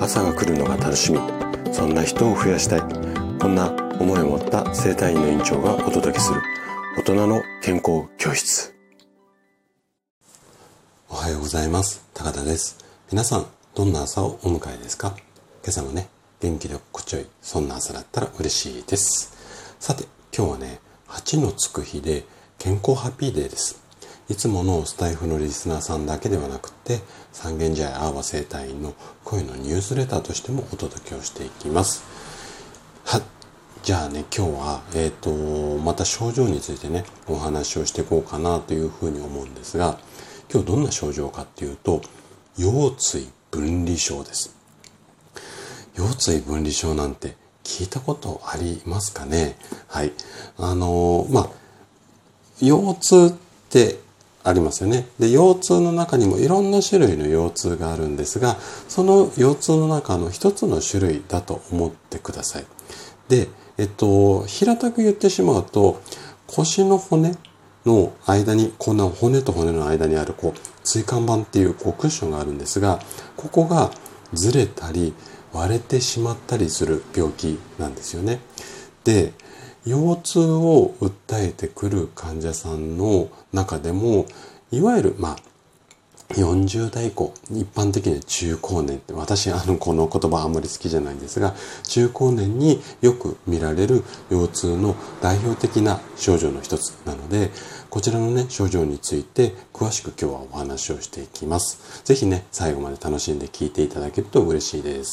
朝が来るのが楽しみ、そんな人を増やしたい、こんな思いを持った整体院の院長がお届けする大人の健康教室。 おはようございます。高田です。皆さんどんな朝をお迎えですか？今朝もね、元気で心地よい、そんな朝だったら嬉しいです。さて、今日はね、8のつく日で健康ハッピーデーです。いつものスタイフのリスナーさんだけではなくて、三軒茶屋アーバ整体院の声のニュースレターとしてもお届けをしていきます。じゃあね、今日はまた症状についてね、お話をしていこうかなというふうに思うんですが、今日どんな症状かっていうと、腰椎分離症です。腰椎分離症なんて聞いたことありますかね？はい。腰痛ってありますよね。で、腰痛の中にもいろんな種類の腰痛があるんですが、その腰痛の中の一つの種類だと思ってください。で、平たく言ってしまうと、腰の骨の間に、こんな骨と骨の間にある椎間板っていうクッションがあるんですが、ここがずれたり割れてしまったりする病気なんですよね。で、腰痛を訴えてくる患者さんの中でも、いわゆる40代以降、一般的には中高年って、私この言葉あんまり好きじゃないんですが、中高年によく見られる腰痛の代表的な症状の一つなので、こちらのね、症状について詳しく今日はお話をしていきます。ぜひね、最後まで楽しんで聞いていただけると嬉しいです。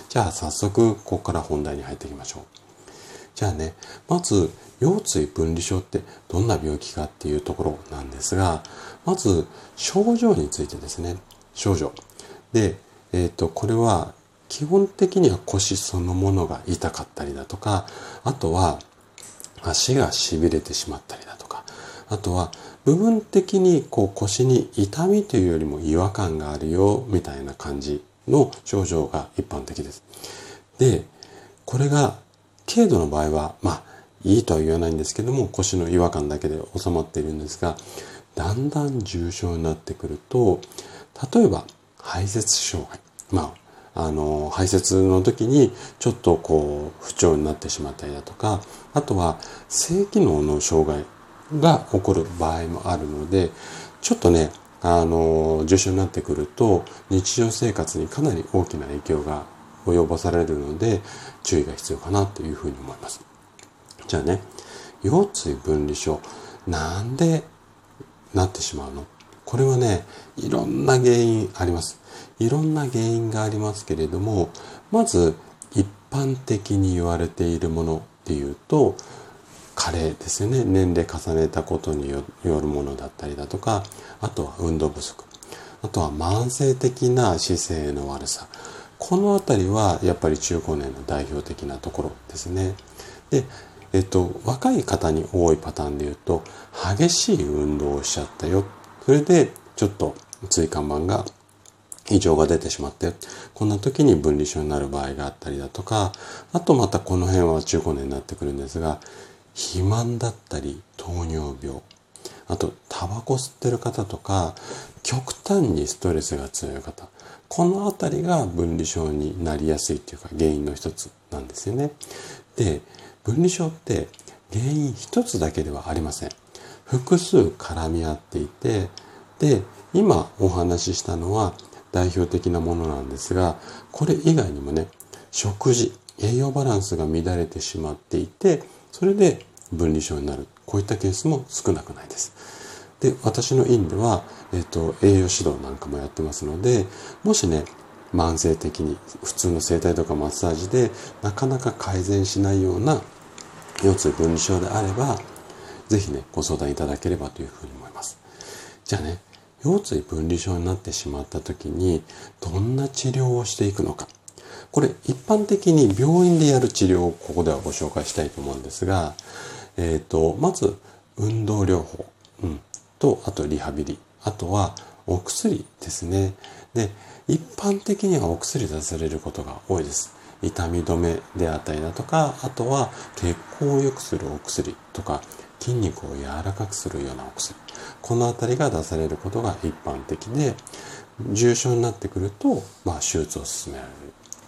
じゃあ早速、ここから本題に入っていきましょう。じゃあね、まず腰椎分離症ってどんな病気かっていうところなんですが、まず症状についてですね。症状で、これは基本的には腰そのものが痛かったりだとか、あとは足が痺れてしまったりだとか、あとは部分的に腰に痛みというよりも違和感があるよみたいな感じの症状が一般的です。で、これが軽度の場合はいいとは言わないんですけども、腰の違和感だけで収まっているんですが、だんだん重症になってくると、例えば排泄障害、排泄の時にちょっと不調になってしまったりだとか、あとは性機能の障害が起こる場合もあるので、ちょっとね、重症になってくると日常生活にかなり大きな影響が及ぼされるので、注意が必要かなというふうに思います。じゃあね、腰椎分離症、なんでなってしまうの？これはね、いろんな原因あります。いろんな原因がありますけれども、まず一般的に言われているものっていうと、加齢ですよね。年齢重ねたことによるものだったりだとか、あとは運動不足、あとは慢性的な姿勢の悪さ。このあたりはやっぱり中高年の代表的なところですね。で、若い方に多いパターンで言うと、激しい運動をしちゃったよ。それでちょっと椎間板が異常が出てしまって、こんな時に分離症になる場合があったりだとか、あとまたこの辺は中高年になってくるんですが、肥満だったり糖尿病、あとタバコ吸ってる方とか、極端にストレスが強い方、このあたりが分離症になりやすいというか原因の一つなんですよね。で、分離症って原因一つだけではありません。複数絡み合っていて、で、今お話ししたのは代表的なものなんですが、これ以外にもね、食事、栄養バランスが乱れてしまっていて、それで分離症になる。こういったケースも少なくないです。で、私の院では、栄養指導なんかもやってますので、もしね、慢性的に普通の整体とかマッサージでなかなか改善しないような腰椎分離症であれば、ぜひね、ご相談いただければというふうに思います。じゃあね、腰椎分離症になってしまった時にどんな治療をしていくのか。これ一般的に病院でやる治療をここではご紹介したいと思うんですが、まず運動療法、と、あとリハビリ、あとはお薬ですね。で、一般的にはお薬出されることが多いです。痛み止めであったりだとか、あとは血行を良くするお薬とか、筋肉を柔らかくするようなお薬。このあたりが出されることが一般的で、重症になってくると、手術を進められる。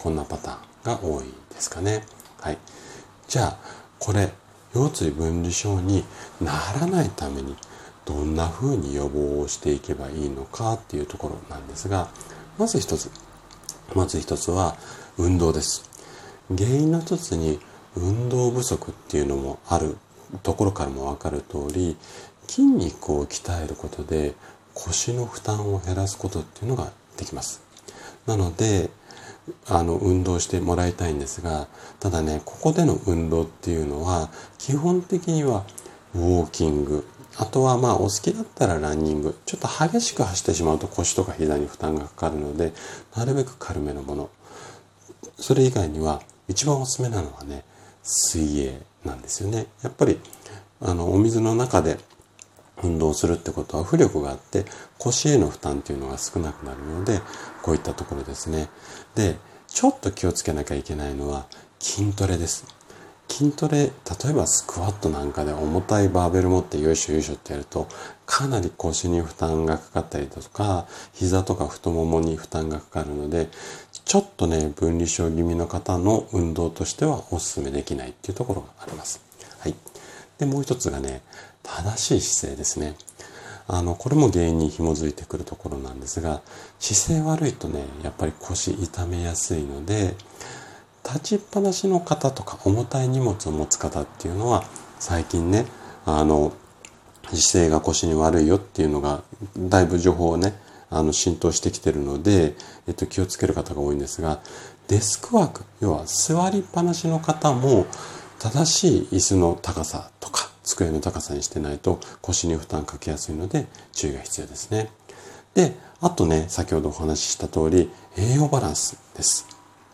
こんなパターンが多いですかね。はい。じゃあ、これ、腰椎分離症にならないために、どんな風に予防をしていけばいいのかっていうところなんですが、まず一つは運動です。原因の一つに運動不足っていうのもあるところからも分かる通り、筋肉を鍛えることで腰の負担を減らすことっていうのができます。なので、運動してもらいたいんですが、ただね、ここでの運動っていうのは基本的にはウォーキング、あとはお好きだったらランニング、ちょっと激しく走ってしまうと腰とか膝に負担がかかるので、なるべく軽めのもの。それ以外には一番おすすめなのはね、水泳なんですよね。やっぱりお水の中で運動するってことは浮力があって腰への負担っていうのが少なくなるので、こういったところですね。で、ちょっと気をつけなきゃいけないのは筋トレです。筋トレ、例えばスクワットなんかで重たいバーベル持ってよいしょよいしょってやると、かなり腰に負担がかかったりだとか、膝とか太ももに負担がかかるので、ちょっとね、分離症気味の方の運動としてはお勧めできないっていうところがあります。はい。で、もう一つがね、正しい姿勢ですね。これも原因に紐づいてくるところなんですが、姿勢悪いとね、やっぱり腰痛めやすいので、立ちっぱなしの方とか重たい荷物を持つ方っていうのは最近ね、姿勢が腰に悪いよっていうのがだいぶ情報をね、浸透してきてるので、気をつける方が多いんですが、デスクワーク、要は座りっぱなしの方も正しい椅子の高さとか机の高さにしてないと腰に負担かけやすいので注意が必要ですね。で、あとね、先ほどお話しした通り、栄養バランスです。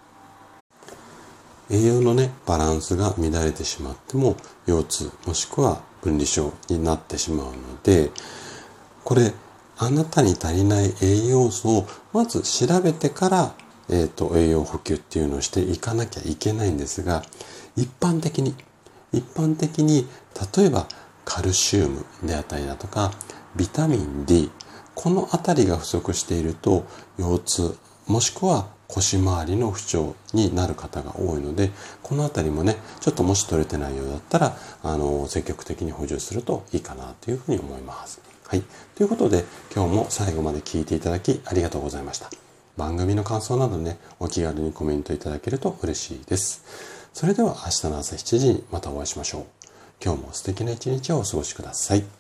栄養のね、バランスが乱れてしまっても腰痛もしくは分離症になってしまうので、これあなたに足りない栄養素をまず調べてから、栄養補給っていうのをしていかなきゃいけないんですが、一般的に例えばカルシウムであったりだとかビタミン D、 このあたりが不足していると腰痛もしくは腰回りの不調になる方が多いので、このあたりもね、ちょっともし取れてないようだったら積極的に補充するといいかなというふうに思います。はい。ということで、今日も最後まで聞いていただきありがとうございました。番組の感想などね、お気軽にコメントいただけると嬉しいです。それでは明日の朝7時にまたお会いしましょう。今日も素敵な一日をお過ごしください。